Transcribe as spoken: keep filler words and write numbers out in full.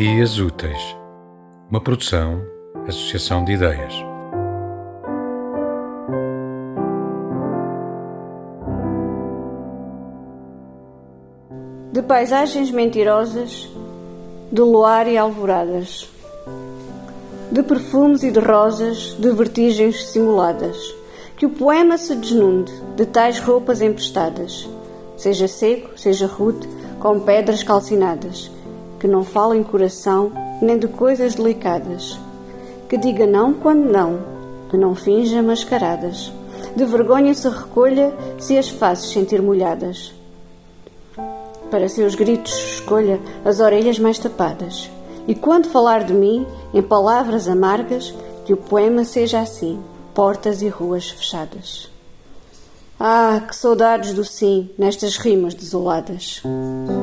Dias Úteis, uma produção, associação de ideias. De paisagens mentirosas, de luar e alvoradas, de perfumes e de rosas, de vertigens simuladas, que o poema se desnude de tais roupas emprestadas, seja seco, seja rude, com pedras calcinadas, que não fala em coração nem de coisas delicadas, que diga não quando não, que não finja mascaradas, de vergonha se recolha se as fazes sentir molhadas. Para seus gritos escolha as orelhas mais tapadas, e quando falar de mim, em palavras amargas, que o poema seja assim, portas e ruas fechadas. Ah, que saudades do sim nestas rimas desoladas!